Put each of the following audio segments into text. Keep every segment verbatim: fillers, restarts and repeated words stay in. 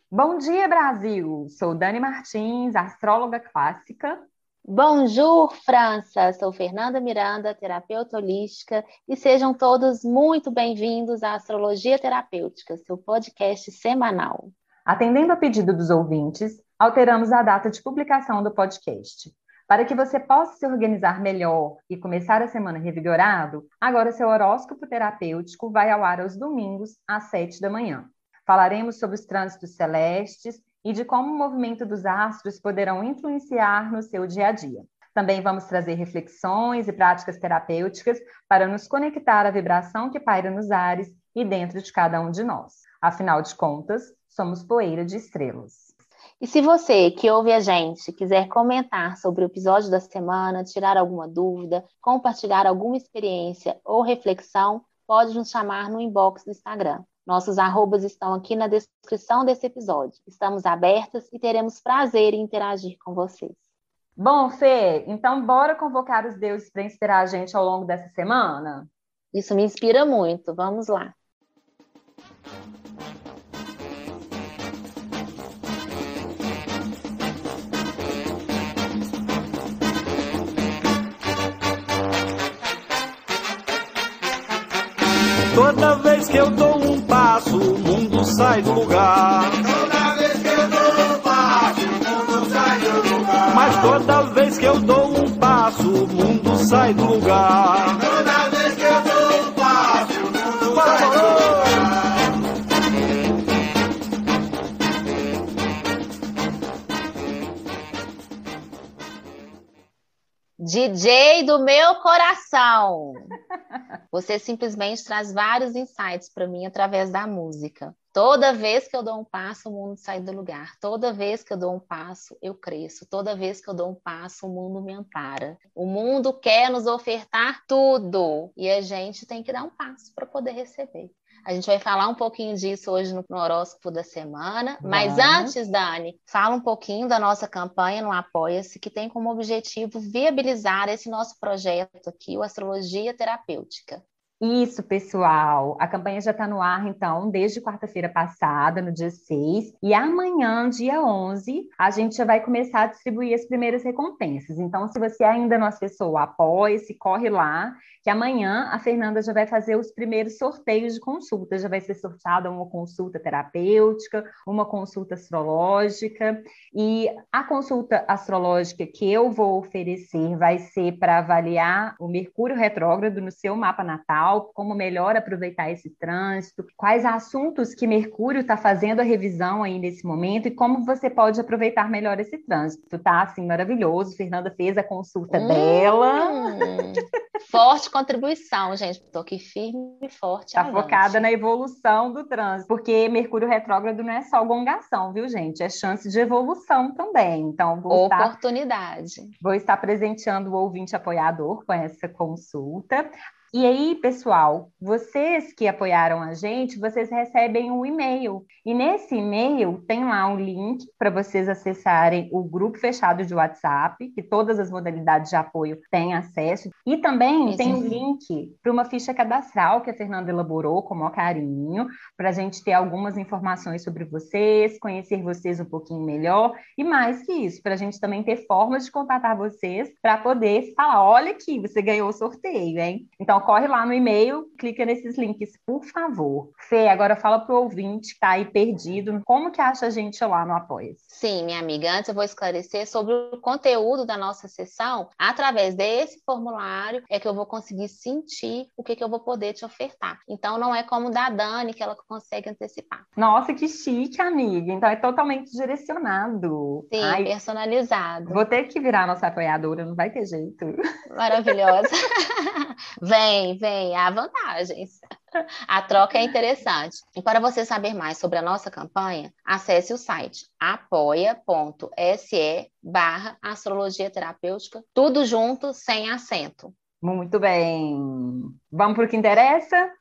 Bom dia, Brasil! Sou Dani Martins, astróloga clássica. Bonjour, França! Sou Fernanda Miranda, terapeuta holística, e sejam todos muito bem-vindos à Astrologia Terapêutica, seu podcast semanal. Atendendo a pedido dos ouvintes, alteramos a data de publicação do podcast. Para que você possa se organizar melhor e começar a semana revigorado, agora seu horóscopo terapêutico vai ao ar aos domingos, às sete da manhã. Falaremos sobre os trânsitos celestes e de como o movimento dos astros poderão influenciar no seu dia a dia. Também vamos trazer reflexões e práticas terapêuticas para nos conectar à vibração que paira nos ares e dentro de cada um de nós. Afinal de contas, somos poeira de estrelas. E se você que ouve a gente quiser comentar sobre o episódio da semana, tirar alguma dúvida, compartilhar alguma experiência ou reflexão, pode nos chamar no inbox do Instagram. Nossos arrobas estão aqui na descrição desse episódio. Estamos abertas e teremos prazer em interagir com vocês. Bom, Fê, então bora convocar os deuses para inspirar a gente ao longo dessa semana? Isso me inspira muito. Vamos lá. Toda vez que eu dou um passo, o mundo sai do lugar. Toda vez que eu dou um passo, o mundo sai do lugar. Mas toda vez que eu dou um passo, o mundo sai do lugar. Toda vez que eu dou um passo, o mundo sai do lugar. D J do meu coração! Você simplesmente traz vários insights para mim através da música. Toda vez que eu dou um passo, o mundo sai do lugar. Toda vez que eu dou um passo, eu cresço. Toda vez que eu dou um passo, o mundo me ampara. O mundo quer nos ofertar tudo e a gente tem que dar um passo para poder receber. A gente vai falar um pouquinho disso hoje no horóscopo da semana. Mas Vamos. antes, Dani, fala um pouquinho da nossa campanha no Apoia-se, que tem como objetivo viabilizar esse nosso projeto aqui, o Astrologia Terapêutica. Isso, pessoal. A campanha já está no ar, então, desde quarta-feira passada, no dia seis. E amanhã, dia onze, a gente já vai começar a distribuir as primeiras recompensas. Então, se você ainda não acessou o Apoia-se, corre lá, que amanhã a Fernanda já vai fazer os primeiros sorteios de consulta. Já vai ser sorteada uma consulta terapêutica, uma consulta astrológica. E a consulta astrológica que eu vou oferecer vai ser para avaliar o Mercúrio retrógrado no seu mapa natal, como melhor aproveitar esse trânsito, quais assuntos que Mercúrio está fazendo a revisão aí nesse momento e como você pode aproveitar melhor esse trânsito, tá? Assim, maravilhoso. Fernanda fez a consulta Hum, dela. Forte contribuição, gente. Estou aqui firme e forte, Tá avante. focada na evolução do trânsito, porque Mercúrio retrógrado não é só gongação, viu, gente? É chance de evolução também. Então, vou estar, Oportunidade. vou estar presenteando o ouvinte apoiador com essa consulta. E aí, pessoal, vocês que apoiaram a gente, vocês recebem um e-mail. E nesse e-mail tem lá um link para vocês acessarem o grupo fechado de WhatsApp, que todas as modalidades de apoio têm acesso. E também tem um Isso. link para uma ficha cadastral que a Fernanda elaborou com o maior carinho, para a gente ter algumas informações sobre vocês, conhecer vocês um pouquinho melhor. E mais que isso, para a gente também ter formas de contatar vocês para poder falar: olha aqui, você ganhou o sorteio, hein? Então, corre lá no e-mail, clica nesses links, por favor. Fê, agora fala para o ouvinte que está aí perdido, como que acha a gente lá no Apoia-se? Sim, minha amiga, antes eu vou esclarecer sobre o conteúdo da nossa sessão. Através desse formulário é que eu vou conseguir sentir o que, que eu vou poder te ofertar. Então, não é como da Dani, que ela consegue antecipar. Nossa, que chique, amiga. Então, é totalmente direcionado. Sim, Ai, personalizado. vou ter que virar nossa apoiadora, não vai ter jeito. Maravilhosa. Vem, vem, há vantagens. A troca é interessante. E para você saber mais sobre a nossa campanha, acesse o site apoia.se barra astrologia terapêutica, tudo junto, sem acento. Muito bem. Vamos para o que interessa?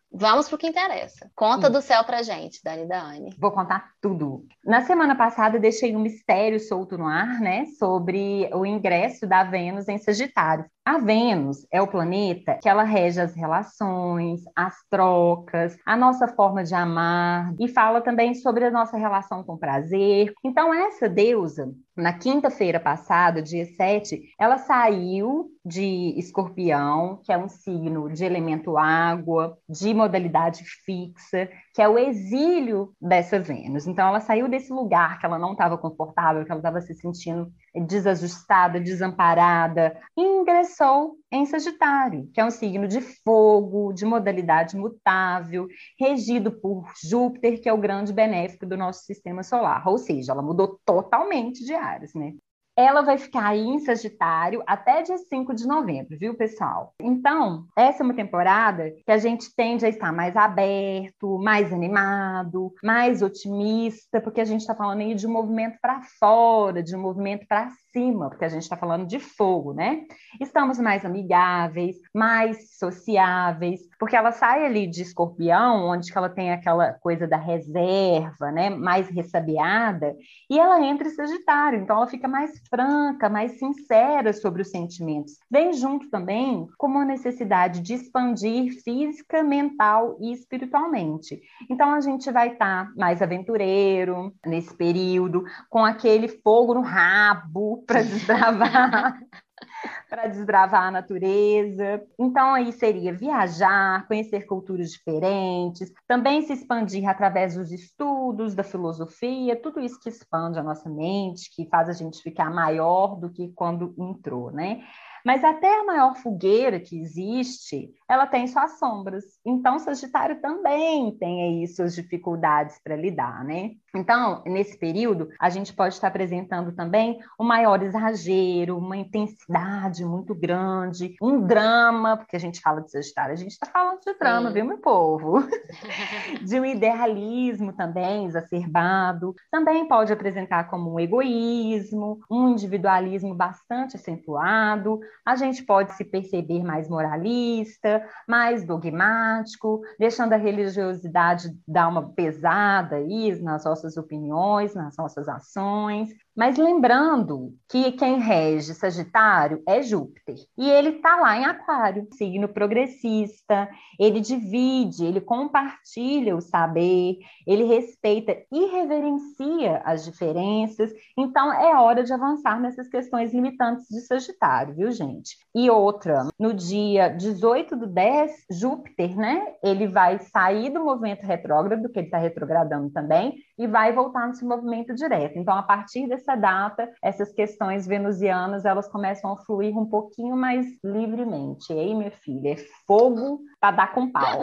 Vamos pro que interessa. Conta do céu pra gente, Dani Dani. Vou contar tudo. Na semana passada, eu deixei um mistério solto no ar, né? Sobre o ingresso da Vênus em Sagitário. A Vênus é o planeta que ela rege as relações, as trocas, a nossa forma de amar e fala também sobre a nossa relação com prazer. Então, essa deusa, na quinta-feira passada, dia sete, ela saiu de Escorpião, que é um signo de elemento água, de modalidade fixa, que é o exílio dessa Vênus. Então, ela saiu desse lugar que ela não estava confortável, que ela estava se sentindo desajustada, desamparada, e ingressou em Sagitário, que é um signo de fogo, de modalidade mutável, regido por Júpiter, que é o grande benéfico do nosso sistema solar. Ou seja, ela mudou totalmente de áreas, né? Ela vai ficar aí em Sagitário até dia cinco de novembro, viu, pessoal? Então, essa é uma temporada que a gente tende a estar mais aberto, mais animado, mais otimista, porque a gente está falando aí de um movimento para fora, de um movimento para cima, porque a gente está falando de fogo, né? Estamos mais amigáveis, mais sociáveis, porque ela sai ali de Escorpião, onde que ela tem aquela coisa da reserva, né? Mais ressabiada, e ela entra em Sagitário, então ela fica mais franca, mais sincera sobre os sentimentos. Vem junto também com uma necessidade de expandir física, mental e espiritualmente. Então a gente vai estar tá mais aventureiro nesse período, com aquele fogo no rabo para desbravar. para desbravar a natureza. Então, aí seria viajar, conhecer culturas diferentes, também se expandir através dos estudos, da filosofia, tudo isso que expande a nossa mente, que faz a gente ficar maior do que quando entrou, né? Mas até a maior fogueira que existe, ela tem suas sombras. Então, Sagitário também tem aí suas dificuldades para lidar, né? Então, nesse período, a gente pode estar apresentando também um maior exagero, uma intensidade muito grande, um drama, porque a gente fala de Sagitário, a gente está falando de drama, Sim. viu, meu povo? De um idealismo também exacerbado. Também pode apresentar como um egoísmo, um individualismo bastante acentuado. A gente pode se perceber mais moralista, mais dogmático, deixando a religiosidade dar uma pesada aí nas nossas opiniões, nas nossas ações. Mas lembrando que quem rege Sagitário é Júpiter. E ele está lá em Aquário, signo progressista. Ele divide, ele compartilha o saber, ele respeita e reverencia as diferenças. Então, é hora de avançar nessas questões limitantes de Sagitário, viu, gente? E outra, no dia dezoito do dez, Júpiter, né? Ele vai sair do movimento retrógrado, que ele está retrogradando também, e vai voltar no seu movimento direto. Então, a partir dessa data, essas questões venusianas, elas começam a fluir um pouquinho mais livremente. E aí, minha filha, é fogo para dar com pau.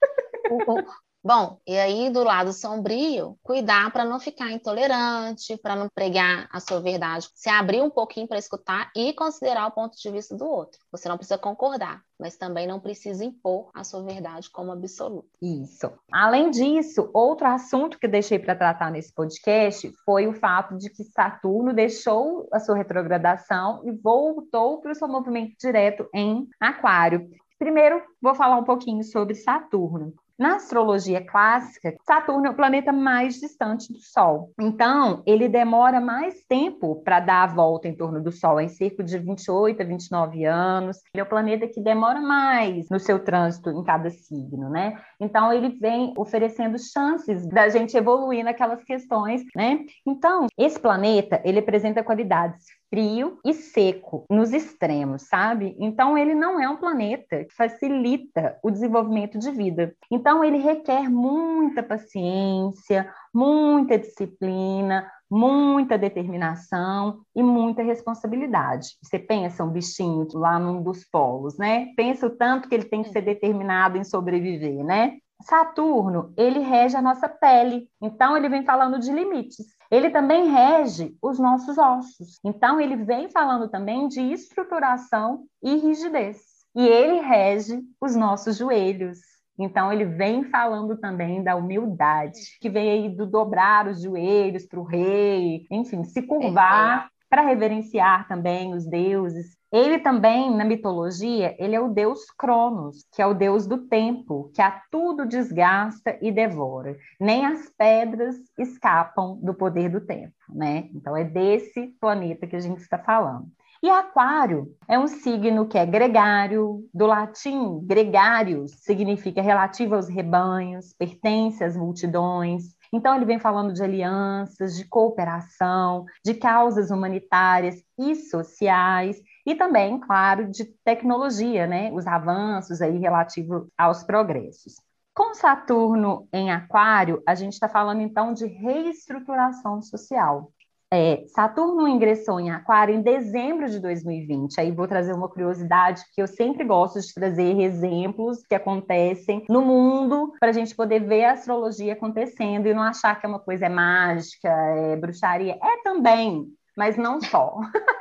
Bom, e aí do lado sombrio, cuidar para não ficar intolerante, para não pregar a sua verdade, se abrir um pouquinho para escutar e considerar o ponto de vista do outro. Você não precisa concordar, mas também não precisa impor a sua verdade como absoluta. Isso. Além disso, outro assunto que eu deixei para tratar nesse podcast foi o fato de que Saturno deixou a sua retrogradação e voltou para o seu movimento direto em Aquário. Primeiro, vou falar um pouquinho sobre Saturno. Na astrologia clássica, Saturno é o planeta mais distante do Sol. Então, ele demora mais tempo para dar a volta em torno do Sol, em cerca de vinte e oito a vinte e nove anos. Ele é o planeta que demora mais no seu trânsito em cada signo, né? Então, ele vem oferecendo chances da gente evoluir naquelas questões, né? Então, esse planeta, ele apresenta qualidades frio e seco nos extremos, sabe? Então, ele não é um planeta que facilita o desenvolvimento de vida. Então, ele requer muita paciência, muita disciplina, muita determinação e muita responsabilidade. Você pensa um bichinho lá num dos polos, né? Pensa o tanto que ele tem que ser determinado em sobreviver, né? Saturno, ele rege a nossa pele, então ele vem falando de limites. Ele também rege os nossos ossos, então ele vem falando também de estruturação e rigidez. E ele rege os nossos joelhos, então ele vem falando também da humildade, que vem aí do dobrar os joelhos para o rei, enfim, se curvar para reverenciar também os deuses. Ele também, na mitologia, ele é o deus Cronos, que é o deus do tempo, que a tudo desgasta e devora. Nem as pedras escapam do poder do tempo, né? Então é desse planeta que a gente está falando. E Aquário é um signo que é gregário, do latim gregarius, significa relativo aos rebanhos, pertence às multidões. Então ele vem falando de alianças, de cooperação, de causas humanitárias e sociais, e também, claro, de tecnologia, né? Os avanços aí relativos aos progressos. Com Saturno em Aquário, a gente está falando então de reestruturação social. É, Saturno ingressou em Aquário em dezembro de dois mil e vinte. Aí vou trazer uma curiosidade, porque eu sempre gosto de trazer exemplos que acontecem no mundo para a gente poder ver a astrologia acontecendo e não achar que é uma coisa é mágica, é bruxaria. É também, mas não só.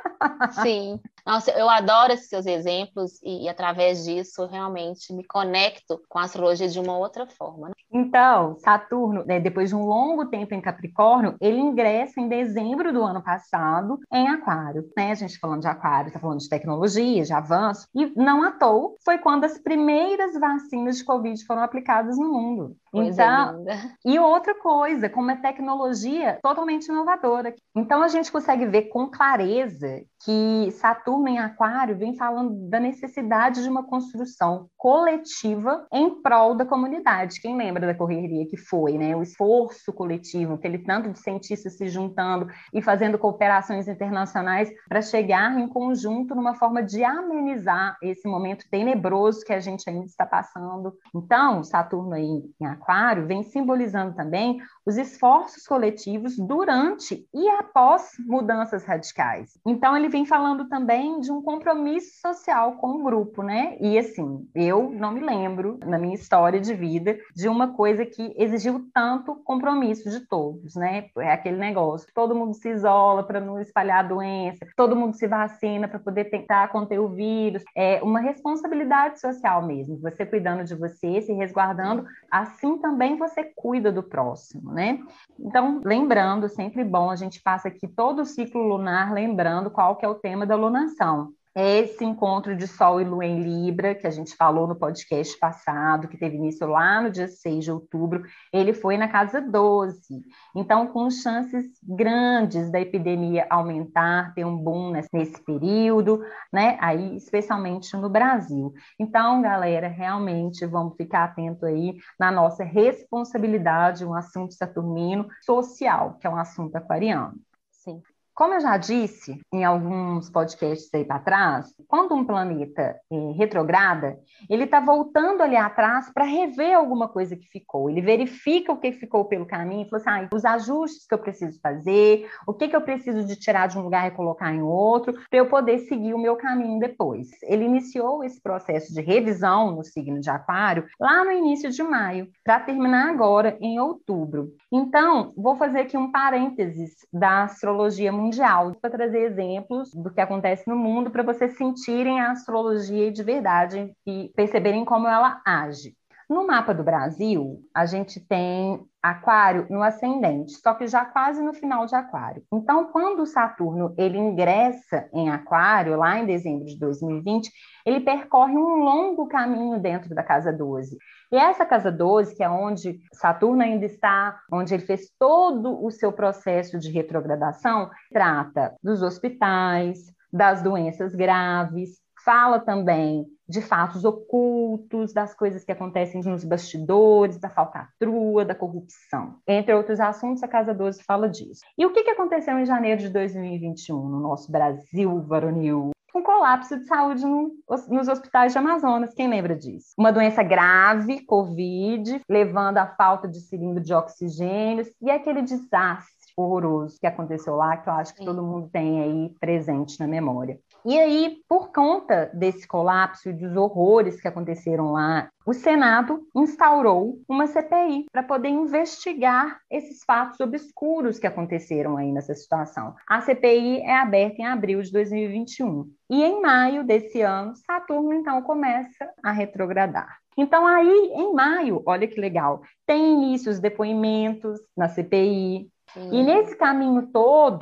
Sim. Nossa, eu adoro esses seus exemplos e, e através disso realmente me conecto com a astrologia de uma outra forma, né? Então, Saturno, né, depois de um longo tempo em Capricórnio, ele ingressa em dezembro do ano passado em Aquário, né? A gente falando de Aquário, está falando de tecnologia, de avanço, e não à toa foi quando as primeiras vacinas de Covid foram aplicadas no mundo. Coisa Então, linda. e outra coisa, como é tecnologia totalmente inovadora. Então, a gente consegue ver com clareza que Saturno em Aquário vem falando da necessidade de uma construção coletiva em prol da comunidade. Quem lembra da correria que foi, né? O esforço coletivo, aquele tanto de cientistas se juntando e fazendo cooperações internacionais para chegar em conjunto numa forma de amenizar esse momento tenebroso que a gente ainda está passando. Então, Saturno aí em Aquário vem simbolizando também os esforços coletivos durante e após mudanças radicais. Então, ele vem falando também de um compromisso social com o grupo, né? E assim, eu não me lembro, na minha história de vida, de uma coisa que exigiu tanto compromisso de todos, né? É aquele negócio, todo mundo se isola para não espalhar a doença, todo mundo se vacina para poder tentar conter o vírus. É uma responsabilidade social mesmo, você cuidando de você, se resguardando, assim também você cuida do próximo, né? Então, lembrando, sempre bom, a gente passa aqui todo o ciclo lunar lembrando qual que é o tema da lunação. Esse encontro de Sol e Lua em Libra, que a gente falou no podcast passado, que teve início lá no dia seis de outubro, ele foi na casa doze. Então, com chances grandes da epidemia aumentar, ter um boom nesse período, né? Aí, especialmente no Brasil. Então, galera, realmente vamos ficar atento aí na nossa responsabilidade, um assunto saturnino social, que é um assunto aquariano. Sim. Como eu já disse em alguns podcasts aí para trás, quando um planeta é, retrograda, ele está voltando ali atrás para rever alguma coisa que ficou. Ele verifica o que ficou pelo caminho e fala assim, ah, os ajustes que eu preciso fazer, o que, que eu preciso de tirar de um lugar e colocar em outro, para eu poder seguir o meu caminho depois. Ele iniciou esse processo de revisão no signo de Aquário lá no início de maio, para terminar agora em outubro. Então, vou fazer aqui um parênteses da astrologia mundial mundial, para trazer exemplos do que acontece no mundo, para vocês sentirem a astrologia de verdade e perceberem como ela age. No mapa do Brasil, a gente tem Aquário no ascendente, só que já quase no final de Aquário. Então, quando o Saturno ele ingressa em Aquário, lá em dezembro de dois mil e vinte, ele percorre um longo caminho dentro da casa doze. E essa casa doze, que é onde Saturno ainda está, onde ele fez todo o seu processo de retrogradação, trata dos hospitais, das doenças graves, fala também de fatos ocultos, das coisas que acontecem nos bastidores, da falcatrua, da corrupção. Entre outros assuntos, a Casa doze fala disso. E o que aconteceu em janeiro de dois mil e vinte e um no nosso Brasil varonil? Um colapso de saúde no, nos hospitais de Amazonas, quem lembra disso? Uma doença grave, Covid, levando à falta de cilindro de oxigênio e aquele desastre horroroso que aconteceu lá, que eu acho que Sim. todo mundo tem aí presente na memória. E aí, por conta desse colapso e dos horrores que aconteceram lá, o Senado instaurou uma C P I para poder investigar esses fatos obscuros que aconteceram aí nessa situação. A C P I é aberta em abril de dois mil e vinte e um. E em maio desse ano, Saturno, então, começa a retrogradar. Então, aí, em maio, olha que legal, tem início os depoimentos na C P I. Sim. E nesse caminho todo,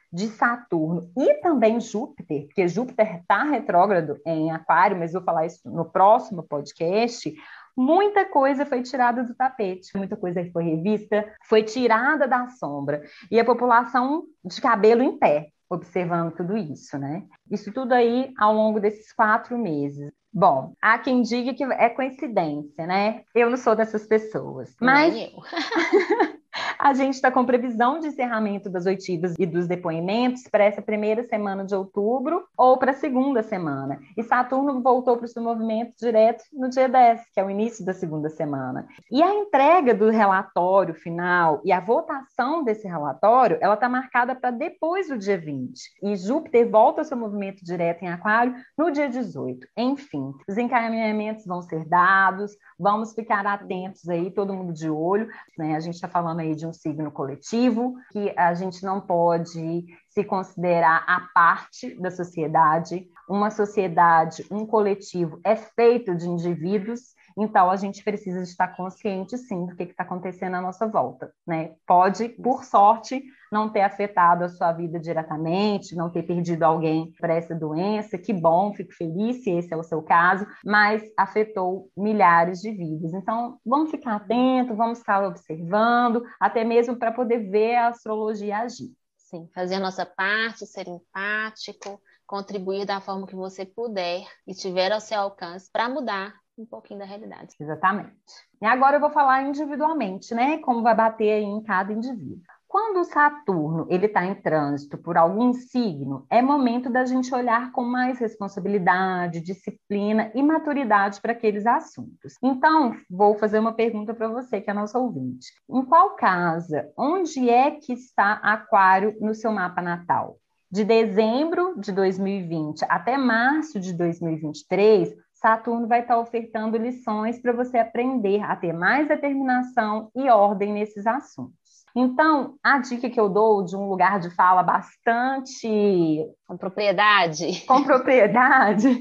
de Saturno e também Júpiter, porque Júpiter está retrógrado em Aquário, mas vou falar isso no próximo podcast. Muita coisa foi tirada do tapete, muita coisa foi revista, foi tirada da sombra. E a população de cabelo em pé, observando tudo isso, né? Isso tudo aí ao longo desses quatro meses. Bom, há quem diga que é coincidência, né? Eu não sou dessas pessoas. Mas Nem eu. a gente está com previsão de encerramento das oitivas e dos depoimentos para essa primeira semana de outubro ou para a segunda semana. E Saturno voltou para o seu movimento direto no dia dez, que é o início da segunda semana. E a entrega do relatório final e a votação desse relatório, ela está marcada para depois do dia vinte. E Júpiter volta ao seu movimento direto em Aquário no dia dezoito. Enfim, os encaminhamentos vão ser dados, vamos ficar atentos aí, todo mundo de olho, né? A gente está falando aí de um signo coletivo, que a gente não pode se considerar a parte da sociedade. Uma sociedade, um coletivo é feito de indivíduos, então a gente precisa estar consciente, sim, do que está acontecendo à nossa volta, né? Pode, por sorte, não ter afetado a sua vida diretamente, não ter perdido alguém para essa doença, que bom, fico feliz se esse é o seu caso, mas afetou milhares de vidas. Então, vamos ficar atentos, vamos estar observando, até mesmo para poder ver a astrologia agir. Sim, fazer a nossa parte, ser empático, contribuir da forma que você puder e tiver ao seu alcance para mudar um pouquinho da realidade. Exatamente. E agora eu vou falar individualmente, né? Como vai bater aí em cada indivíduo. Quando o Saturno ele está em trânsito por algum signo, é momento da gente olhar com mais responsabilidade, disciplina e maturidade para aqueles assuntos. Então, vou fazer uma pergunta para você, que é nosso ouvinte. Em qual casa, onde é que está Aquário no seu mapa natal? De dezembro de dois mil e vinte até março de dois mil e vinte e três, Saturno vai estar ofertando lições para você aprender a ter mais determinação e ordem nesses assuntos. Então, a dica que eu dou de um lugar de fala bastante... Com propriedade. Com propriedade...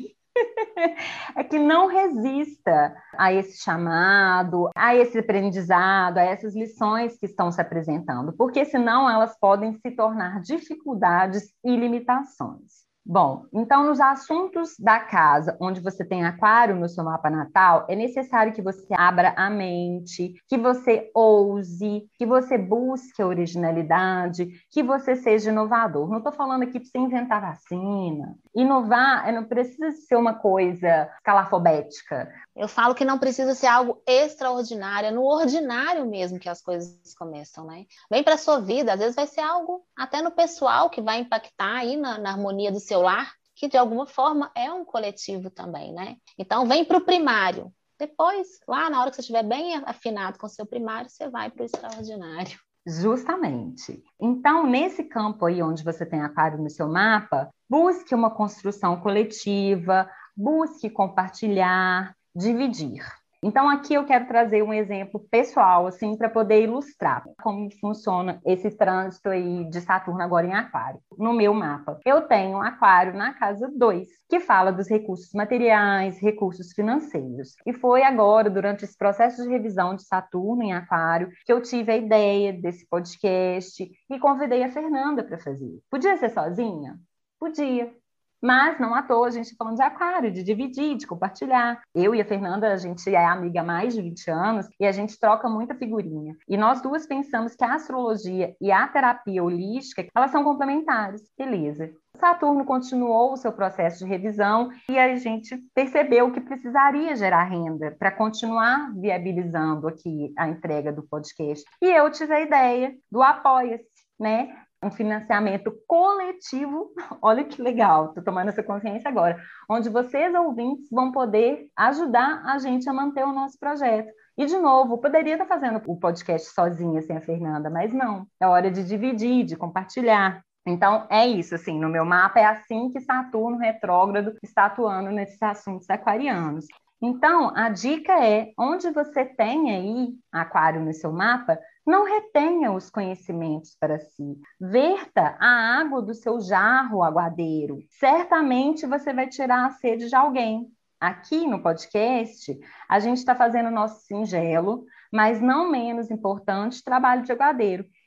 é que não resista a esse chamado, a esse aprendizado, a essas lições que estão se apresentando, porque senão elas podem se tornar dificuldades e limitações. Bom, então nos assuntos da casa onde você tem Aquário no seu mapa natal, é necessário que você abra a mente, que você ouse, que você busque a originalidade, que você seja inovador. Não estou falando aqui para você inventar vacina. Inovar não precisa ser uma coisa calafobética. Eu falo que não precisa ser algo extraordinário, é no ordinário mesmo que as coisas começam, né? Vem para a sua vida, às vezes vai ser algo até no pessoal que vai impactar aí na, na harmonia do seu lar, que de alguma forma é um coletivo também, né? Então vem para o primário. Depois, lá na hora que você estiver bem afinado com o seu primário, você vai para o extraordinário. Justamente. Então, nesse campo aí onde você tem Aquário no seu mapa, busque uma construção coletiva, busque compartilhar, dividir. Então, aqui eu quero trazer um exemplo pessoal, assim, para poder ilustrar como funciona esse trânsito aí de Saturno agora em Aquário. No meu mapa, eu tenho Aquário na casa dois, que fala dos recursos materiais, recursos financeiros. E foi agora, durante esse processo de revisão de Saturno em Aquário, que eu tive a ideia desse podcast e convidei a Fernanda para fazer. Podia ser sozinha? Podia. Mas não à toa, a gente está falando de Aquário, de dividir, de compartilhar. Eu e a Fernanda, a gente é amiga há mais de vinte anos e a gente troca muita figurinha. E nós duas pensamos que a astrologia e a terapia holística, elas são complementares. Beleza. Saturno continuou o seu processo de revisão e a gente percebeu que precisaria gerar renda para continuar viabilizando aqui a entrega do podcast. E eu tive a ideia do Apoia-se, né? Um financiamento coletivo, olha que legal, estou tomando essa consciência agora, onde vocês, ouvintes, vão poder ajudar a gente a manter o nosso projeto. E, de novo, poderia estar fazendo o podcast sozinha, sem a Fernanda, mas não, é hora de dividir, de compartilhar. Então, é isso, assim, no meu mapa é assim que Saturno retrógrado está atuando nesses assuntos aquarianos. Então, a dica é, onde você tem aí Aquário no seu mapa, não retenha os conhecimentos para si. Verta a água do seu jarro aguadeiro. Certamente você vai tirar a sede de alguém. Aqui no podcast, a gente está fazendo o nosso singelo, mas não menos importante, trabalho de aguadeiro.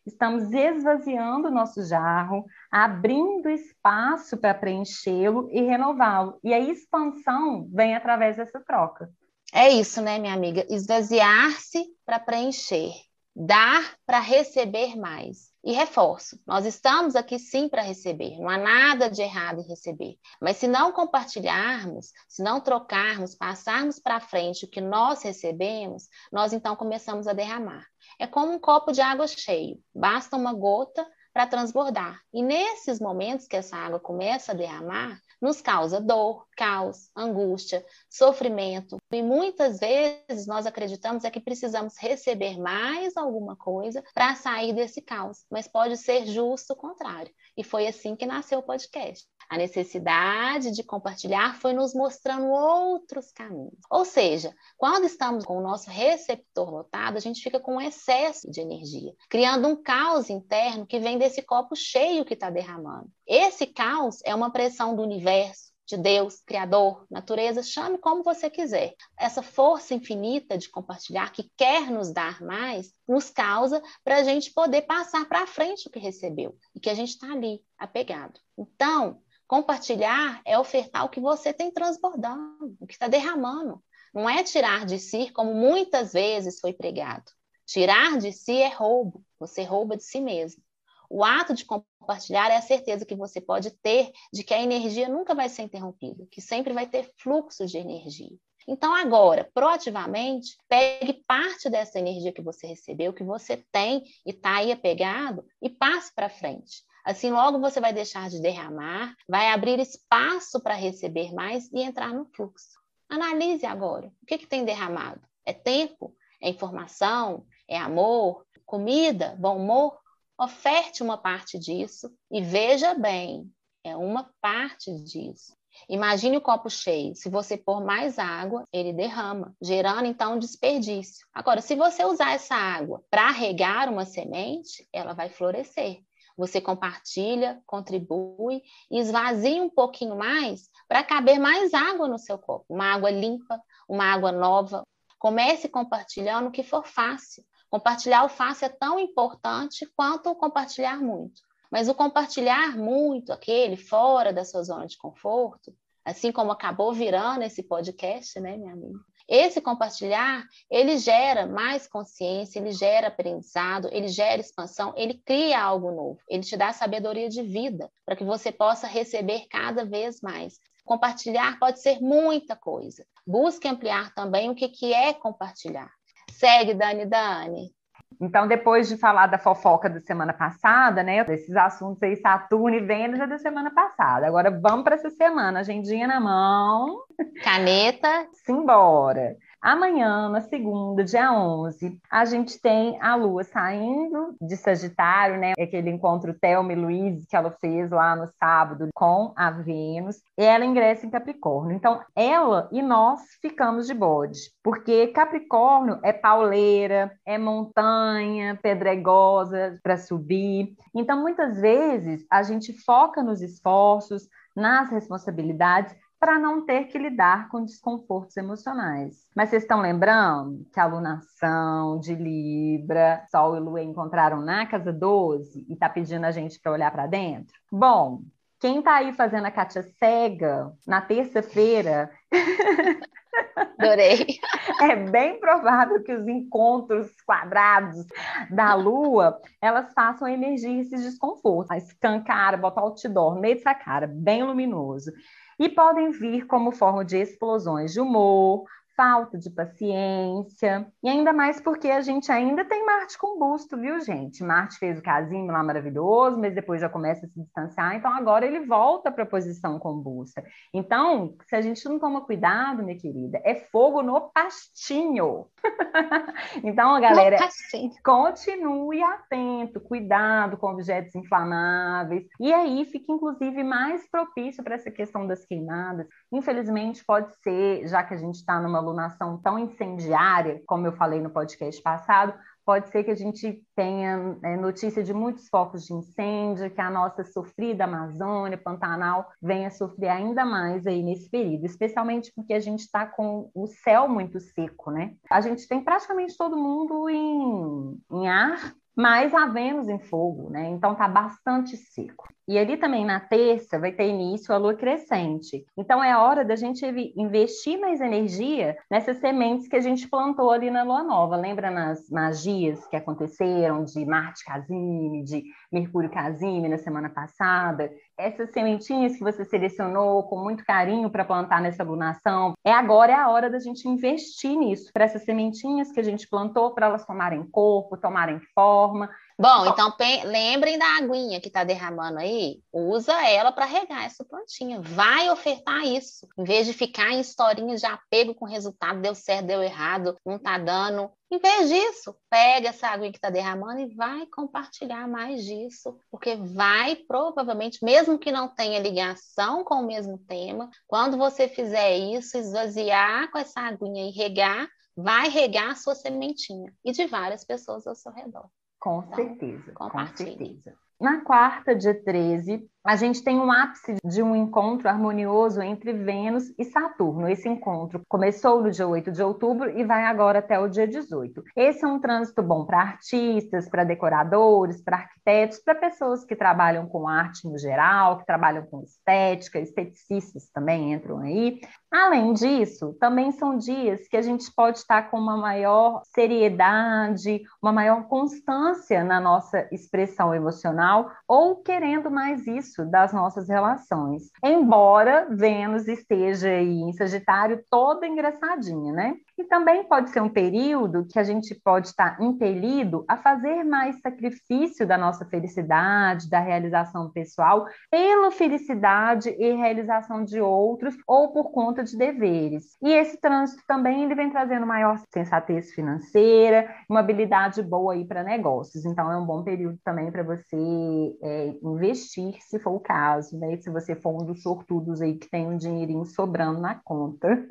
estamos esvaziando o nosso jarro, abrindo espaço para preenchê-lo e renová-lo. E a expansão vem através dessa troca. É isso, né, minha amiga? Esvaziar-se para preencher, dar para receber mais. E reforço, nós estamos aqui sim para receber, não há nada de errado em receber. Mas se não compartilharmos, se não trocarmos, passarmos para frente o que nós recebemos, nós então começamos a derramar. É como um copo de água cheio, basta uma gota para transbordar. E nesses momentos que essa água começa a derramar, nos causa dor, caos, angústia, sofrimento. E muitas vezes nós acreditamos é que precisamos receber mais alguma coisa para sair desse caos. Mas pode ser justo o contrário. E foi assim que nasceu o podcast. A necessidade de compartilhar foi nos mostrando outros caminhos. Ou seja, quando estamos com o nosso receptor lotado, a gente fica com um excesso de energia, criando um caos interno que vem desse copo cheio que está derramando. Esse caos é uma pressão do universo, de Deus, Criador, natureza, chame como você quiser. Essa força infinita de compartilhar, que quer nos dar mais, nos causa para a gente poder passar para frente o que recebeu e que a gente está ali, apegado. Então, compartilhar é ofertar o que você tem transbordando, o que está derramando. Não é tirar de si, como muitas vezes foi pregado. Tirar de si é roubo, você rouba de si mesmo. O ato de compartilhar é a certeza que você pode ter de que a energia nunca vai ser interrompida, que sempre vai ter fluxo de energia. Então agora, proativamente, pegue parte dessa energia que você recebeu, que você tem e está aí apegado, e passe para frente. Assim, logo você vai deixar de derramar, vai abrir espaço para receber mais e entrar no fluxo. Analise agora, o que, que tem derramado? É tempo? É informação? É amor? Comida? Bom humor? Oferte uma parte disso e veja bem, é uma parte disso. Imagine o copo cheio. Se você pôr mais água, ele derrama, gerando então um desperdício. Agora, se você usar essa água para regar uma semente, ela vai florescer. Você compartilha, contribui e esvazia um pouquinho mais para caber mais água no seu copo. Uma água limpa, uma água nova. Comece compartilhando o que for fácil. Compartilhar o fácil é tão importante quanto o compartilhar muito. Mas o compartilhar muito, aquele fora da sua zona de conforto, assim como acabou virando esse podcast, né, minha amiga? Esse compartilhar, ele gera mais consciência, ele gera aprendizado, ele gera expansão, ele cria algo novo, ele te dá sabedoria de vida para que você possa receber cada vez mais. Compartilhar pode ser muita coisa. Busque ampliar também o que, que é compartilhar. Segue, Dani, Dani. Então, depois de falar da fofoca da semana passada, né? Desses assuntos aí, Saturno e Vênus é da semana passada. Agora vamos para essa semana, agendinha na mão. Caneta. Simbora. Amanhã, na segunda, dia onze, a gente tem a Lua saindo de Sagitário, né? Aquele encontro Thelma e Luiz que ela fez lá no sábado com a Vênus. E ela ingressa em Capricórnio. Então, ela e nós ficamos de bode. Porque Capricórnio é pauleira, é montanha, pedregosa para subir. Então, muitas vezes, a gente foca nos esforços, nas responsabilidades, para não ter que lidar com desconfortos emocionais. Mas vocês estão lembrando que a alunação de Libra, Sol e Lua encontraram na casa doze e está pedindo a gente para olhar para dentro? Bom, quem está aí fazendo a Kátia cega na terça-feira... Adorei. É bem provável que os encontros quadrados da Lua, elas façam emergir esses desconfortos. Escancar, botar outdoor no meio dessa cara, bem luminoso. E podem vir como forma de explosões de humor, falta de paciência, e ainda mais porque a gente ainda tem Marte combusto, viu, gente? Marte fez o casinho lá maravilhoso, mas depois já começa a se distanciar, então agora ele volta para a posição combusta. Então, se a gente não toma cuidado, minha querida, é fogo no pastinho. Então, galera, continue atento, cuidado com objetos inflamáveis, e aí fica, inclusive, mais propício para essa questão das queimadas. Infelizmente, pode ser, já que a gente está numa alunação tão incendiária, como eu falei no podcast passado, pode ser que a gente tenha é, notícia de muitos focos de incêndio, que a nossa sofrida Amazônia, Pantanal, venha sofrer ainda mais aí nesse período, especialmente porque a gente está com o céu muito seco, né? A gente tem praticamente todo mundo em, em ar, Mas a Vênus em fogo, né? Então tá bastante seco. E ali também na terça vai ter início a lua crescente. Então é hora da gente investir mais energia nessas sementes que a gente plantou ali na lua nova. Lembra nas magias que aconteceram de Marte Casime, de Mercúrio Casime na semana passada? Essas sementinhas que você selecionou com muito carinho para plantar nessa lunação, é agora é a hora da gente investir nisso, para essas sementinhas que a gente plantou, para elas tomarem corpo, tomarem forma. Bom, então lembrem da aguinha que está derramando aí, usa ela para regar essa plantinha. Vai ofertar isso, em vez de ficar em historinhas de apego com resultado, deu certo, deu errado, não está dando. Em vez disso, pega essa aguinha que está derramando e vai compartilhar mais disso, porque vai provavelmente, mesmo que não tenha ligação com o mesmo tema, quando você fizer isso, esvaziar com essa aguinha e regar, vai regar a sua sementinha e de várias pessoas ao seu redor. Com então, certeza, com certeza. Na quarta, dia treze, a gente tem um ápice de um encontro harmonioso entre Vênus e Saturno. Esse encontro começou no dia oito de outubro e vai agora até o dia dezoito. Esse é um trânsito bom para artistas, para decoradores, para arquitetos, para pessoas que trabalham com arte no geral, que trabalham com estética, esteticistas também entram aí. Além disso, também são dias que a gente pode estar com uma maior seriedade, uma maior constância na nossa expressão emocional ou querendo mais isso das nossas relações. Embora Vênus esteja aí em Sagitário toda engraçadinha, né? E também pode ser um período que a gente pode estar impelido a fazer mais sacrifício da nossa felicidade, da realização pessoal, pela felicidade e realização de outros ou por conta de deveres. E esse trânsito também ele vem trazendo maior sensatez financeira, uma habilidade boa aí para negócios. Então é um bom período também para você é, investir, se for o caso, né? Se você for um dos sortudos aí que tem um dinheirinho sobrando na conta.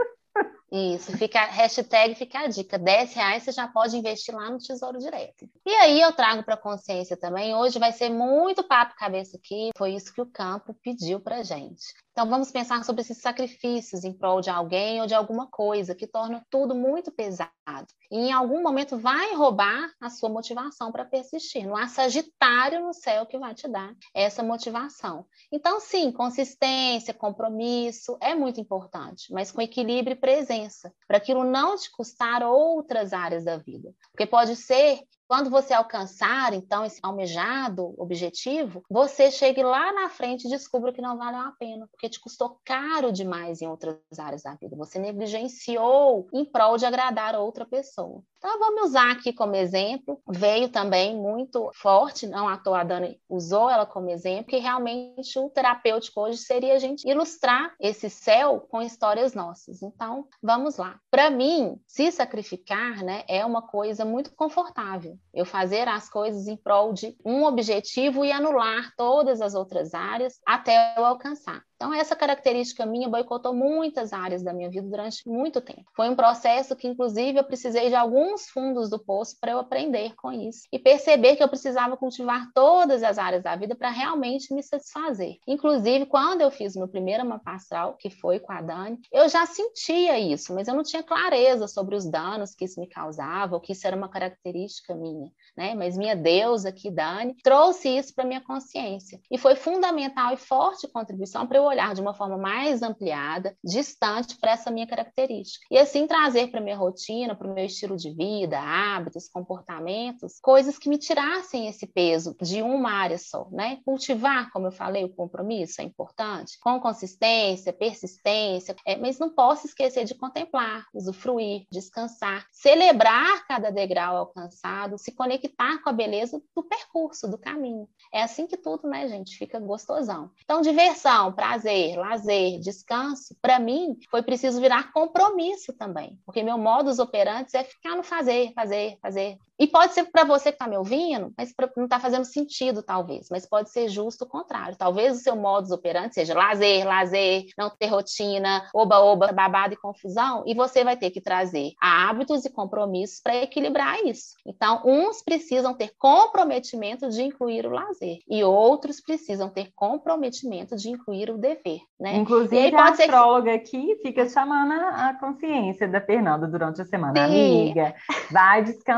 Isso, fica, hashtag fica a dica, dez reais você já pode investir lá no Tesouro Direto. E aí eu trago para a consciência também, hoje vai ser muito papo cabeça aqui, foi isso que o campo pediu para gente. Então vamos pensar sobre esses sacrifícios em prol de alguém ou de alguma coisa que torna tudo muito pesado. E em algum momento vai roubar a sua motivação para persistir. Não há Sagitário no céu que vai te dar essa motivação. Então sim, consistência, compromisso é muito importante, mas com equilíbrio e presença, para aquilo não te custar outras áreas da vida. Porque pode ser quando você alcançar, então, esse almejado objetivo, você chegue lá na frente e descubra que não valeu a pena, porque te custou caro demais em outras áreas da vida. Você negligenciou em prol de agradar a outra pessoa. Então, vamos usar aqui como exemplo. Veio também muito forte, não à toa a Dani usou ela como exemplo, que realmente o terapêutico hoje seria a gente ilustrar esse céu com histórias nossas. Então, vamos lá. Para mim, se sacrificar, né, é uma coisa muito confortável. Eu fazer as coisas em prol de um objetivo e anular todas as outras áreas até eu alcançar. Então, essa característica minha boicotou muitas áreas da minha vida durante muito tempo. Foi um processo que, inclusive, eu precisei de alguns fundos do poço para eu aprender com isso e perceber que eu precisava cultivar todas as áreas da vida para realmente me satisfazer. Inclusive, quando eu fiz meu primeiro mapa astral, que foi com a Dani, eu já sentia isso, mas eu não tinha clareza sobre os danos que isso me causava, ou que isso era uma característica minha, né? Mas minha deusa aqui, Dani, trouxe isso para minha consciência e foi fundamental e forte contribuição para eu olhar de uma forma mais ampliada, distante para essa minha característica. E assim trazer para minha rotina, para o meu estilo de vida, hábitos, comportamentos, coisas que me tirassem esse peso de uma área só, né? Cultivar, como eu falei, o compromisso é importante, com consistência, persistência, é, mas não posso esquecer de contemplar, usufruir, descansar, celebrar cada degrau alcançado, se conectar com a beleza do percurso, do caminho. É assim que tudo, né, gente, fica gostosão. Então, diversão, prazer, Prazer, lazer, descanso, para mim, foi preciso virar compromisso também, porque meu modus operandi é ficar no fazer, fazer, fazer. E pode ser para você que está me ouvindo, mas não está fazendo sentido, talvez, mas pode ser justo o contrário. Talvez o seu modus operandi seja lazer, lazer, não ter rotina, oba, oba, babado e confusão, e você vai ter que trazer hábitos e compromissos para equilibrar isso. Então, uns precisam ter comprometimento de incluir o lazer, e outros precisam ter comprometimento de incluir o dever, né? Inclusive, a astróloga que... aqui fica chamando a consciência da Fernanda durante a semana. Sim. Amiga, vai descansar,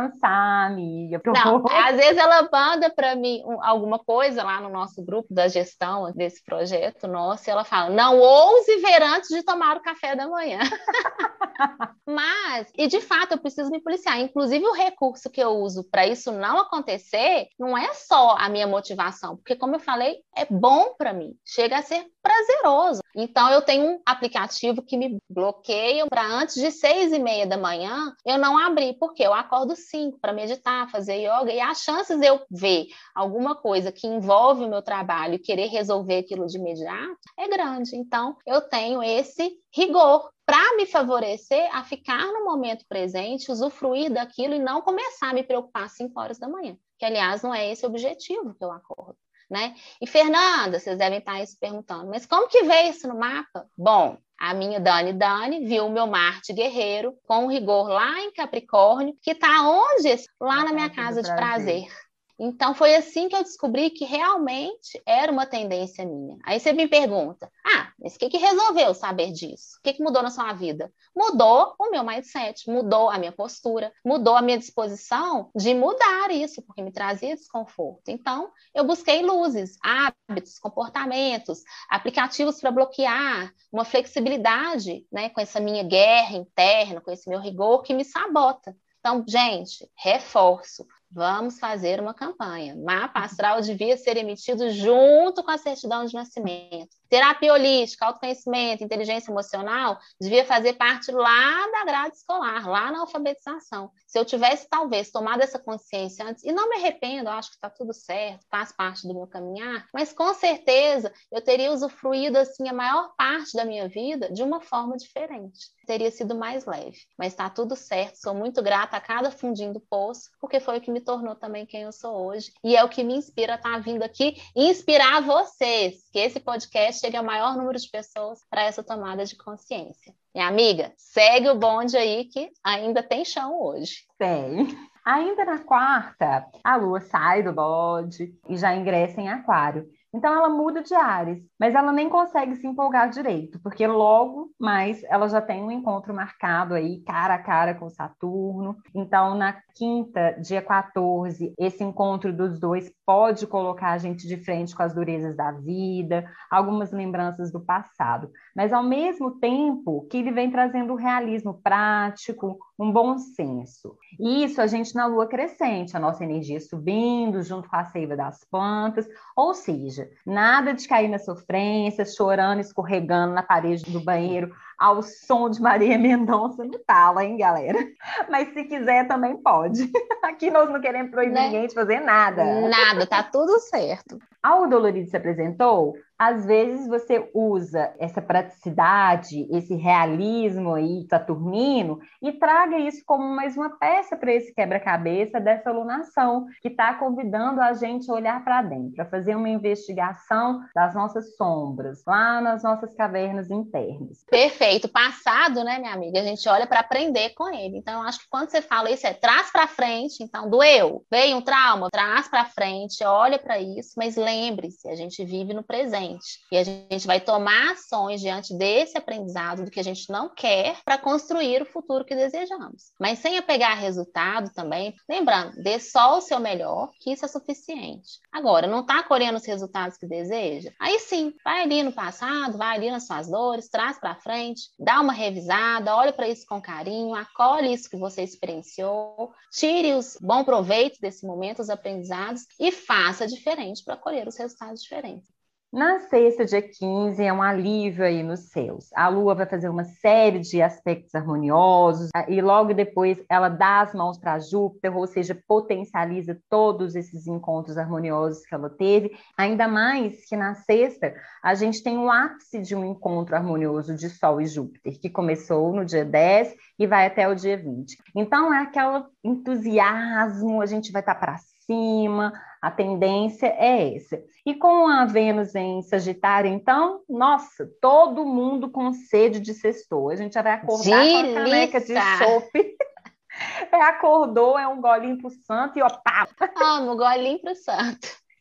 Ah, amiga, Não, pronto. às vezes ela manda para mim um- alguma coisa lá no nosso grupo da gestão desse projeto nosso, e ela fala: não ouse ver antes de tomar o café da manhã. Mas, e de fato, eu preciso me policiar. Inclusive, o recurso que eu uso para isso não acontecer não é só a minha motivação, porque, como eu falei, é bom para mim, chega a ser prazeroso. Então, eu tenho um aplicativo que me bloqueia para antes de seis e meia da manhã eu não abrir, porque eu acordo cinco para meditar, fazer yoga, e as chances de eu ver alguma coisa que envolve o meu trabalho e querer resolver aquilo de imediato é grande. Então, eu tenho esse rigor para me favorecer a ficar no momento presente, usufruir daquilo e não começar a me preocupar às cinco horas da manhã, que, aliás, não é esse o objetivo que eu acordo. Né? E, Fernanda, vocês devem estar aí se perguntando, mas como que vê isso no mapa? Bom, a minha Dani Dani viu o meu Marte guerreiro com rigor lá em Capricórnio, que está onde? Lá na minha casa de prazer. Então, foi assim que eu descobri que realmente era uma tendência minha. Aí você me pergunta, ah, mas o que, que resolveu saber disso? O que, que mudou na sua vida? Mudou o meu mindset, mudou a minha postura, mudou a minha disposição de mudar isso, porque me trazia desconforto. Então, eu busquei luzes, hábitos, comportamentos, aplicativos para bloquear, uma flexibilidade, né, com essa minha guerra interna, com esse meu rigor que me sabota. Então, gente, reforço. Vamos fazer uma campanha. Mapa astral devia ser emitido junto com a certidão de nascimento. Terapia holística, autoconhecimento, inteligência emocional devia fazer parte lá da grade escolar, lá na alfabetização. Se eu tivesse, talvez, tomado essa consciência antes, e não me arrependo, acho que está tudo certo, faz parte do meu caminhar, mas com certeza eu teria usufruído assim, a maior parte da minha vida de uma forma diferente. Teria sido mais leve. Mas está tudo certo, sou muito grata a cada fundinho do poço, porque foi o que me tornou também quem eu sou hoje. E é o que me inspira a estar vindo aqui e inspirar vocês, que esse podcast chegue ao maior número de pessoas para essa tomada de consciência. Minha amiga, segue o bonde aí que ainda tem chão hoje. Tem. Ainda na quarta, a Lua sai do bode e já ingressa em Aquário. Então ela muda de Áries, mas ela nem consegue se empolgar direito, porque logo mais ela já tem um encontro marcado aí, cara a cara com Saturno. Então na quinta, dia quatorze, esse encontro dos dois pode colocar a gente de frente com as durezas da vida, algumas lembranças do passado, mas ao mesmo tempo que ele vem trazendo o realismo prático, um bom senso. E isso a gente na Lua crescente, a nossa energia subindo junto com a seiva das plantas, ou seja, nada de cair na sofrência, chorando, escorregando na parede do banheiro ao som de Maria Mendonça no talo, hein, galera? Mas se quiser também pode. Aqui nós não queremos proibir né? ninguém de fazer nada. Nada, tá tudo certo. Ao Dolorido se apresentou, às vezes você usa essa praticidade, esse realismo aí saturnino e traga isso como mais uma peça para esse quebra-cabeça dessa alunação, que está convidando a gente a olhar para dentro, a fazer uma investigação das nossas sombras, lá nas nossas cavernas internas. Perfeito. Passado, né, minha amiga? A gente olha para aprender com ele. Então, eu acho que quando você fala isso, é traz para frente. Então, doeu, veio um trauma, traz para frente, olha para isso, mas lembre-se, a gente vive no presente. E a gente vai tomar ações diante desse aprendizado do que a gente não quer para construir o futuro que desejamos. Mas sem apegar resultado também, lembrando, dê só o seu melhor, que isso é suficiente. Agora, não está colhendo os resultados que deseja? Aí sim, vai ali no passado, vai ali nas suas dores, traz para frente, dá uma revisada, olha para isso com carinho, acolhe isso que você experienciou, tire os bom proveito desse momento, os aprendizados e faça diferente para colher os resultados diferentes. Na sexta, dia quinze, é um alívio aí nos céus. A Lua vai fazer uma série de aspectos harmoniosos e logo depois ela dá as mãos para Júpiter, ou seja, potencializa todos esses encontros harmoniosos que ela teve. Ainda mais que na sexta a gente tem o ápice de um encontro harmonioso de Sol e Júpiter, que começou no dia dez e vai até o dia vinte. Então é aquele entusiasmo, a gente vai estar para cima, a tendência é essa. E com a Vênus em Sagitário, então, nossa, todo mundo com sede de sextou. A gente já vai acordar Delícia. com a caneca de chope. É, acordou, é um golinho pro santo e ó, pá! Amo, golinho pro santo.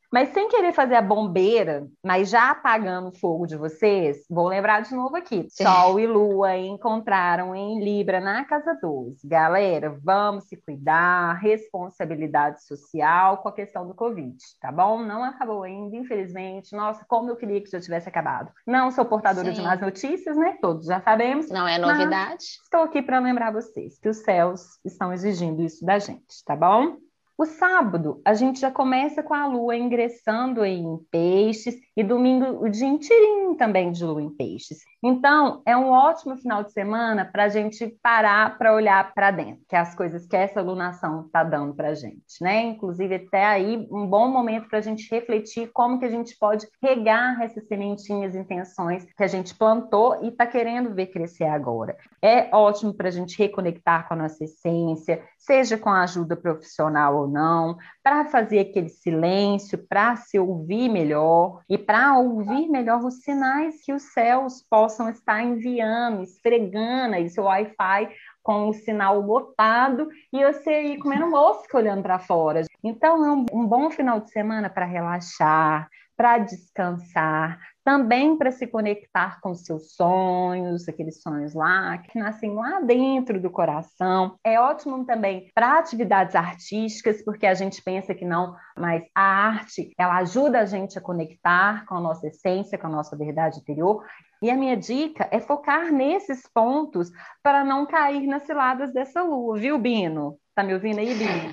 Mas sem querer fazer a bombeira, mas já apagando o fogo de vocês, vou lembrar de novo aqui. Sol e Lua encontraram em Libra na casa doze. Galera, vamos se cuidar, responsabilidade social com a questão do Covid, tá bom? Não acabou ainda, infelizmente. Nossa, como eu queria que já tivesse acabado. Não sou portadora Sim. de más notícias, né? Todos já sabemos. Não é novidade. Estou aqui para lembrar vocês que os céus estão exigindo isso da gente, tá bom? O sábado, a gente já começa com a lua ingressando em peixes e domingo o dia inteirinho também de lua em peixes. Então, é um ótimo final de semana para a gente parar para olhar para dentro, que é as coisas que essa lunação está dando para a gente, né? Inclusive, até aí, um bom momento para a gente refletir como que a gente pode regar essas sementinhas, intenções que a gente plantou e está querendo ver crescer agora. É ótimo para a gente reconectar com a nossa essência, seja com a ajuda profissional ou não, para fazer aquele silêncio, para se ouvir melhor e para ouvir melhor os sinais que os céus possam estar enviando, esfregando aí seu Wi-Fi com o sinal lotado e você ir comendo mosca olhando para fora. Então, é um, um bom final de semana para relaxar, para descansar, também para se conectar com seus sonhos, aqueles sonhos lá, que nascem lá dentro do coração. É ótimo também para atividades artísticas, porque a gente pensa que não, mas a arte, ela ajuda a gente a conectar com a nossa essência, com a nossa verdade interior. E a minha dica é focar nesses pontos para não cair nas ciladas dessa lua, viu, Bino? Tá me ouvindo aí, Bino?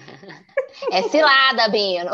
É cilada, Bino.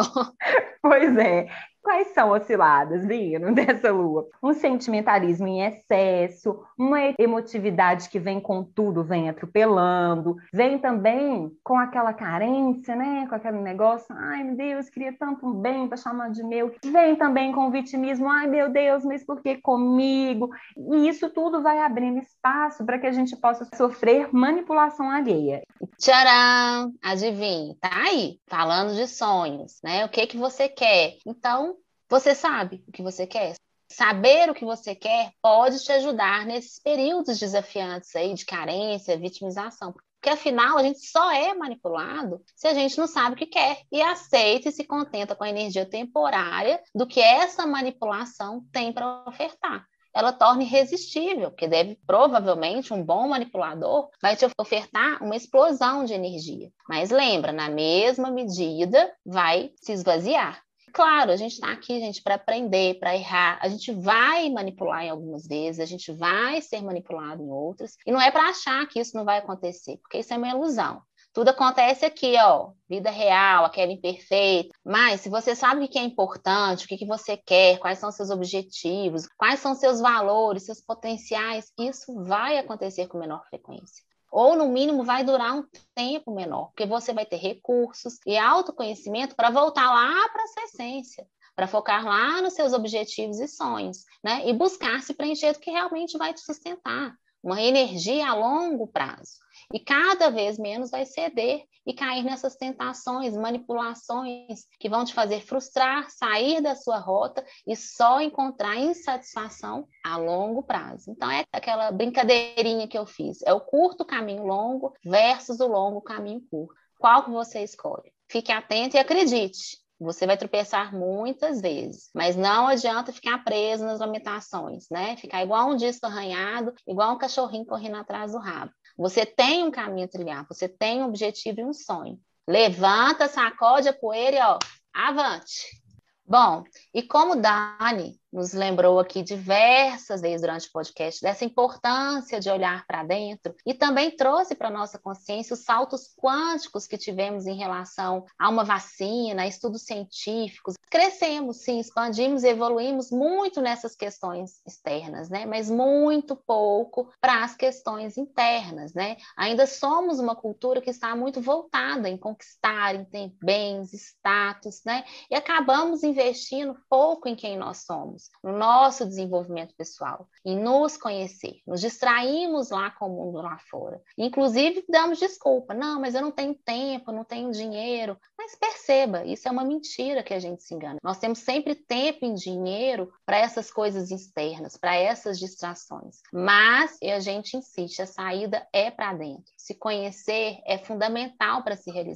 Pois é. Quais são as ciladas, Bino, dessa lua? Um sentimentalismo em excesso, uma emotividade que vem com tudo, vem atropelando, vem também com aquela carência, né? Com aquele negócio, ai meu Deus, queria tanto um bem para chamar de meu. Vem também com o vitimismo, ai meu Deus, mas por que comigo? E isso tudo vai abrindo espaço para que a gente possa sofrer manipulação alheia. Tcharam! Adivinha, tá aí, falando de sonhos, né? O que que você quer? Então, você sabe o que você quer? Saber o que você quer pode te ajudar nesses períodos desafiantes aí de carência, vitimização. Porque, afinal, a gente só é manipulado se a gente não sabe o que quer e aceita e se contenta com a energia temporária do que essa manipulação tem para ofertar. Ela torna irresistível, porque deve, provavelmente, um bom manipulador vai te ofertar uma explosão de energia. Mas lembra, na mesma medida, vai se esvaziar. Claro, a gente está aqui, gente, para aprender, para errar. A gente vai manipular em algumas vezes, a gente vai ser manipulado em outras. E não é para achar que isso não vai acontecer, porque isso é uma ilusão. Tudo acontece aqui, ó, vida real, aquela imperfeita. Mas se você sabe o que é importante, o que você quer, quais são seus objetivos, quais são seus valores, seus potenciais, isso vai acontecer com menor frequência. Ou, no mínimo, vai durar um tempo menor, porque você vai ter recursos e autoconhecimento para voltar lá para essa essência, para focar lá nos seus objetivos e sonhos, né? E buscar se preencher do que realmente vai te sustentar, uma energia a longo prazo. E cada vez menos vai ceder e cair nessas tentações, manipulações que vão te fazer frustrar, sair da sua rota e só encontrar insatisfação a longo prazo. Então é aquela brincadeirinha que eu fiz, é o curto caminho longo versus o longo caminho curto. Qual que você escolhe? Fique atento e acredite. Você vai tropeçar muitas vezes, mas não adianta ficar preso nas lamentações, né? Ficar igual um disco arranhado, igual um cachorrinho correndo atrás do rabo. Você tem um caminho a trilhar, você tem um objetivo e um sonho. Levanta, sacode a poeira e ó, avante! Bom, e como Dani nos lembrou aqui diversas vezes durante o podcast dessa importância de olhar para dentro e também trouxe para a nossa consciência os saltos quânticos que tivemos em relação a uma vacina, a estudos científicos. Crescemos, sim, expandimos e evoluímos muito nessas questões externas, né? Mas muito pouco para as questões internas, né? Ainda somos uma cultura que está muito voltada em conquistar, em ter bens, status, né? E acabamos investindo pouco em quem nós somos, no nosso desenvolvimento pessoal, em nos conhecer. Nos distraímos lá com o mundo lá fora. Inclusive, damos desculpa. Não, mas eu não tenho tempo, eu não tenho dinheiro. Mas perceba, isso é uma mentira que a gente se engana. Nós temos sempre tempo e dinheiro para essas coisas externas, para essas distrações. Mas, e a gente insiste, a saída é para dentro. Se conhecer é fundamental para se realizar.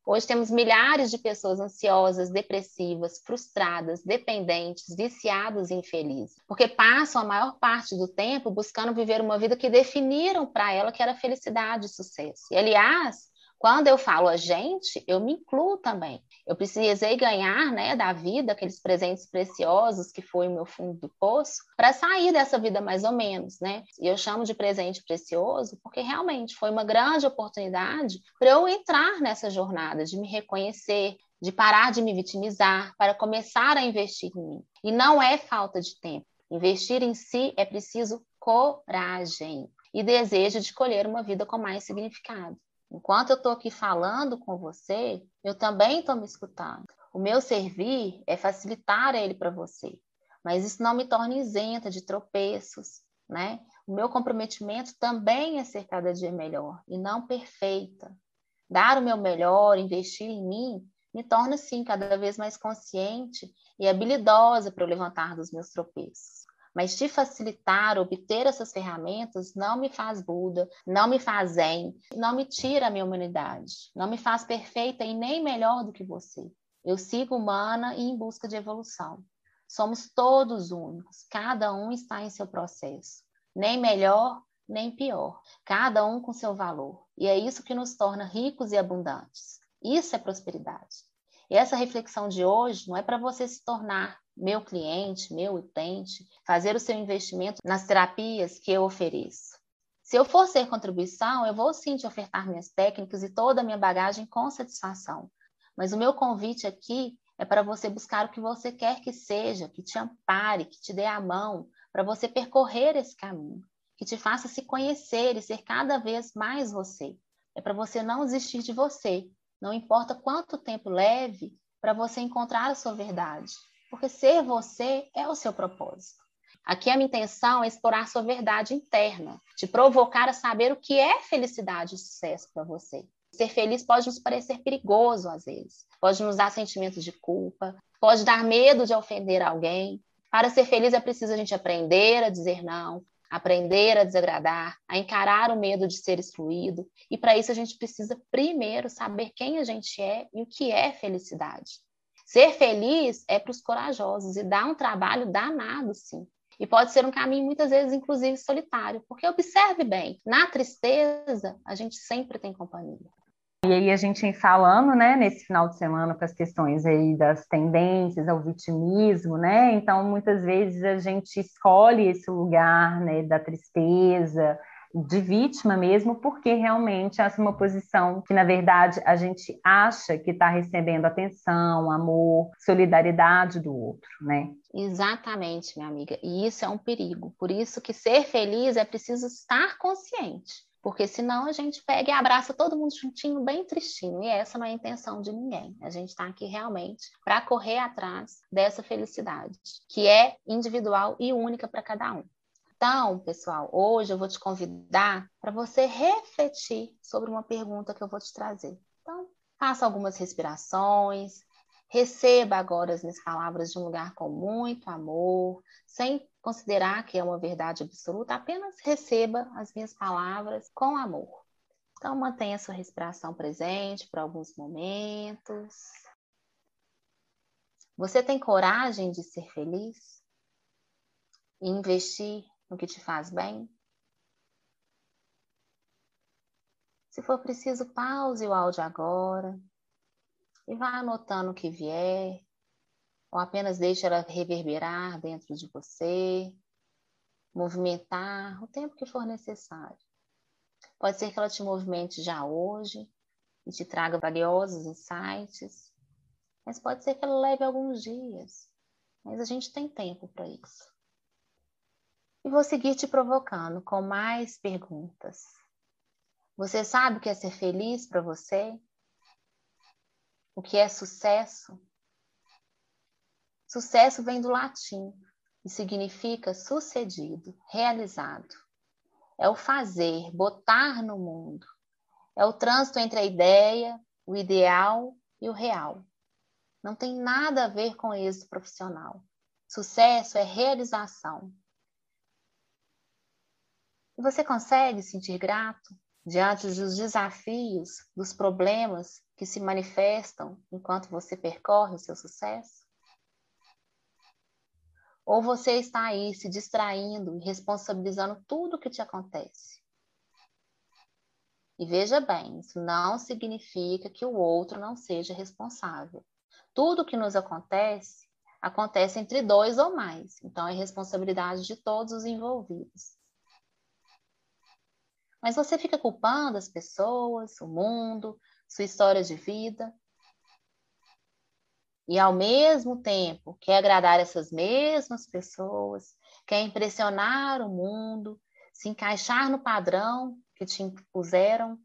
Hoje temos milhares de pessoas ansiosas, depressivas, frustradas, dependentes, viciadas e infelizes, porque passam a maior parte do tempo buscando viver uma vida que definiram para ela que era felicidade e sucesso. E, aliás, quando eu falo a gente, eu me incluo também. Eu precisei ganhar, né, da vida aqueles presentes preciosos que foi o meu fundo do poço para sair dessa vida mais ou menos, né? E eu chamo de presente precioso porque realmente foi uma grande oportunidade para eu entrar nessa jornada, de me reconhecer, de parar de me vitimizar, para começar a investir em mim. E não é falta de tempo. Investir em si é preciso coragem e desejo de colher uma vida com mais significado. Enquanto eu estou aqui falando com você, eu também estou me escutando. O meu servir é facilitar ele para você, mas isso não me torna isenta de tropeços, né? O meu comprometimento também é ser cada dia melhor e não perfeita. Dar o meu melhor, investir em mim, me torna, sim, cada vez mais consciente e habilidosa para eu levantar dos meus tropeços. Mas te facilitar, obter essas ferramentas, não me faz Buda, não me faz Zen, não me tira a minha humanidade, não me faz perfeita e nem melhor do que você. Eu sigo humana e em busca de evolução. Somos todos únicos, cada um está em seu processo, nem melhor, nem pior, cada um com seu valor. E é isso que nos torna ricos e abundantes. Isso é prosperidade. E essa reflexão de hoje não é para você se tornar meu cliente, meu utente, fazer o seu investimento nas terapias que eu ofereço. Se eu for ser contribuição, eu vou sim te ofertar minhas técnicas e toda a minha bagagem com satisfação. Mas o meu convite aqui é para você buscar o que você quer que seja, que te ampare, que te dê a mão, para você percorrer esse caminho, que te faça se conhecer e ser cada vez mais você. É para você não desistir de você, não importa quanto tempo leve para você encontrar a sua verdade. Porque ser você é o seu propósito. Aqui a minha intenção é explorar a sua verdade interna, te provocar a saber o que é felicidade e sucesso para você. Ser feliz pode nos parecer perigoso às vezes, pode nos dar sentimentos de culpa, pode dar medo de ofender alguém. Para ser feliz é preciso a gente aprender a dizer não, aprender a desagradar, a encarar o medo de ser excluído. E para isso a gente precisa primeiro saber quem a gente é e o que é felicidade. Ser feliz é para os corajosos e dá um trabalho danado, sim. E pode ser um caminho, muitas vezes, inclusive, solitário. Porque observe bem, na tristeza, a gente sempre tem companhia. E aí a gente falando, né, nesse final de semana com as questões aí das tendências ao vitimismo, né? Então, muitas vezes a gente escolhe esse lugar, né, da tristeza, de vítima mesmo, porque realmente essa é uma posição que, na verdade, a gente acha que está recebendo atenção, amor, solidariedade do outro, né? Exatamente, minha amiga. E isso é um perigo. Por isso que ser feliz é preciso estar consciente. Porque senão a gente pega e abraça todo mundo juntinho, bem tristinho. E essa não é a intenção de ninguém. A gente está aqui realmente para correr atrás dessa felicidade, que é individual e única para cada um. Então, pessoal, hoje eu vou te convidar para você refletir sobre uma pergunta que eu vou te trazer. Então, faça algumas respirações, receba agora as minhas palavras de um lugar com muito amor, sem considerar que é uma verdade absoluta, apenas receba as minhas palavras com amor. Então, mantenha a sua respiração presente por alguns momentos. Você tem coragem de ser feliz? E investir no que te faz bem? Se for preciso, pause o áudio agora e vá anotando o que vier, ou apenas deixe ela reverberar dentro de você, movimentar o tempo que for necessário. Pode ser que ela te movimente já hoje e te traga valiosos insights, mas pode ser que ela leve alguns dias, mas a gente tem tempo para isso. E vou seguir te provocando com mais perguntas. Você sabe o que é ser feliz para você? O que é sucesso? Sucesso vem do latim e significa sucedido, realizado. É o fazer, botar no mundo. É o trânsito entre a ideia, o ideal e o real. Não tem nada a ver com êxito profissional. Sucesso é realização. E você consegue sentir grato diante dos desafios, dos problemas que se manifestam enquanto você percorre o seu sucesso? Ou você está aí se distraindo e responsabilizando tudo o que te acontece? E veja bem, isso não significa que o outro não seja responsável. Tudo que nos acontece, acontece entre dois ou mais. Então, é responsabilidade de todos os envolvidos. Mas você fica culpando as pessoas, o mundo, sua história de vida. E, ao mesmo tempo, quer agradar essas mesmas pessoas, quer impressionar o mundo, se encaixar no padrão que te impuseram.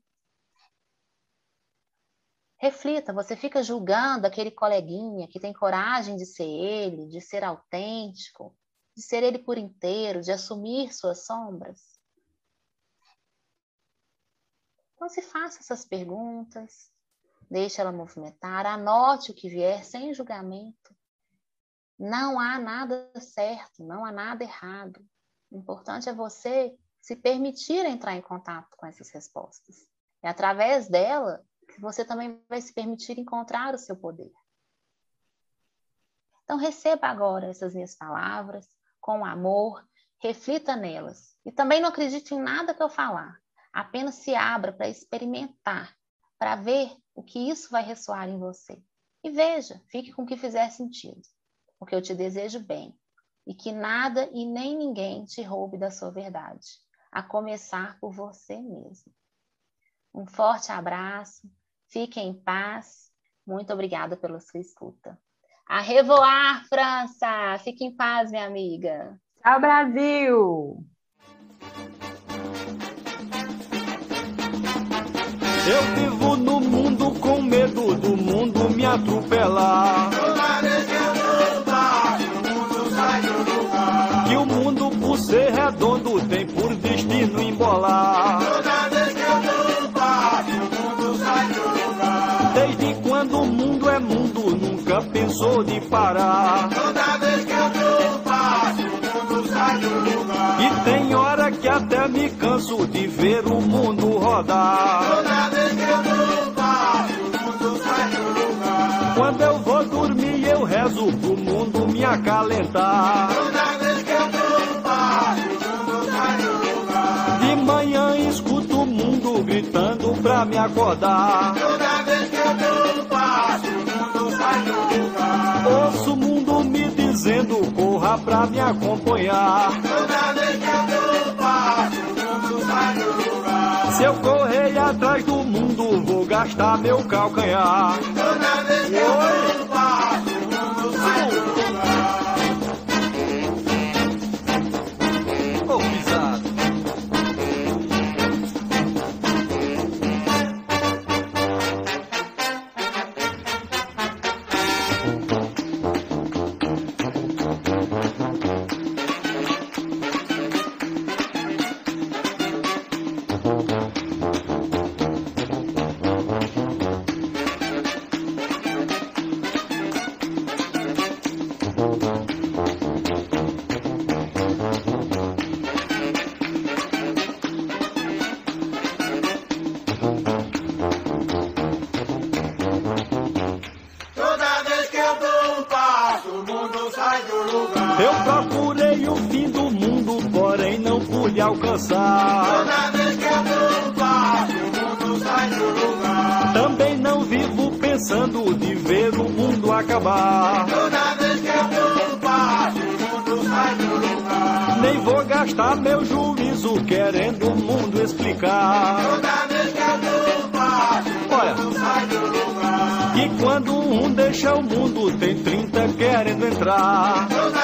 Reflita, você fica julgando aquele coleguinha que tem coragem de ser ele, de ser autêntico, de ser ele por inteiro, de assumir suas sombras? Então se faça essas perguntas, deixe ela movimentar, anote o que vier sem julgamento. Não há nada certo, não há nada errado. O importante é você se permitir entrar em contato com essas respostas. É através dela que você também vai se permitir encontrar o seu poder. Então receba agora essas minhas palavras com amor, reflita nelas. E também não acredite em nada que eu falar. Apenas se abra para experimentar, para ver o que isso vai ressoar em você. E veja, fique com o que fizer sentido. Porque eu te desejo bem. E que nada e nem ninguém te roube da sua verdade. A começar por você mesmo. Um forte abraço. Fique em paz. Muito obrigada pela sua escuta. A revoar, França! Fique em paz, minha amiga. Tchau, Brasil! Eu vivo no mundo com medo do mundo me atropelar. Toda vez que eu dou um passo, o mundo sai do lugar. Que o mundo, por ser redondo, tem por destino embolar. Toda vez que eu dou um passo, o mundo sai do lugar. Desde quando o mundo é mundo, nunca pensou de parar. Toda vez que eu dou um passo, o mundo sai do lugar. E tem hora que até me canso de ver o mundo rodar. Toda vez que eu dou um passo, o mundo sai do lugar. Quando eu vou dormir, eu rezo pro mundo me acalentar. Toda vez que eu dou um passo, o mundo sai do lugar. De manhã escuto o mundo gritando pra me acordar. Toda vez que eu dou um passo, o mundo sai do lugar. Ouço o mundo me dizendo, corra pra me acompanhar. Toda vez que eu dou um passo, o mundo sai do lugar. Se eu correr atrás do mundo, vou gastar meu calcanhar. Toda vez que eu dou um passo, o mundo sai do lugar. Ô, pisado. Toda vez que eu dou um passo, o mundo sai do lugar. Eu procurei o fim do mundo, porém não pude alcançar. Toda vez que eu dou um passo, o mundo sai do lugar. Também não vivo pensando de ver o mundo acabar. Toda vez que eu dou um passo, o mundo sai do lugar. Nem vou gastar meu juízo querendo o mundo explicar. Toda vez que eu dou um passo, Olha, o mundo sai do lugar. que quando um deixa o mundo, tem trinta querendo entrar. Toda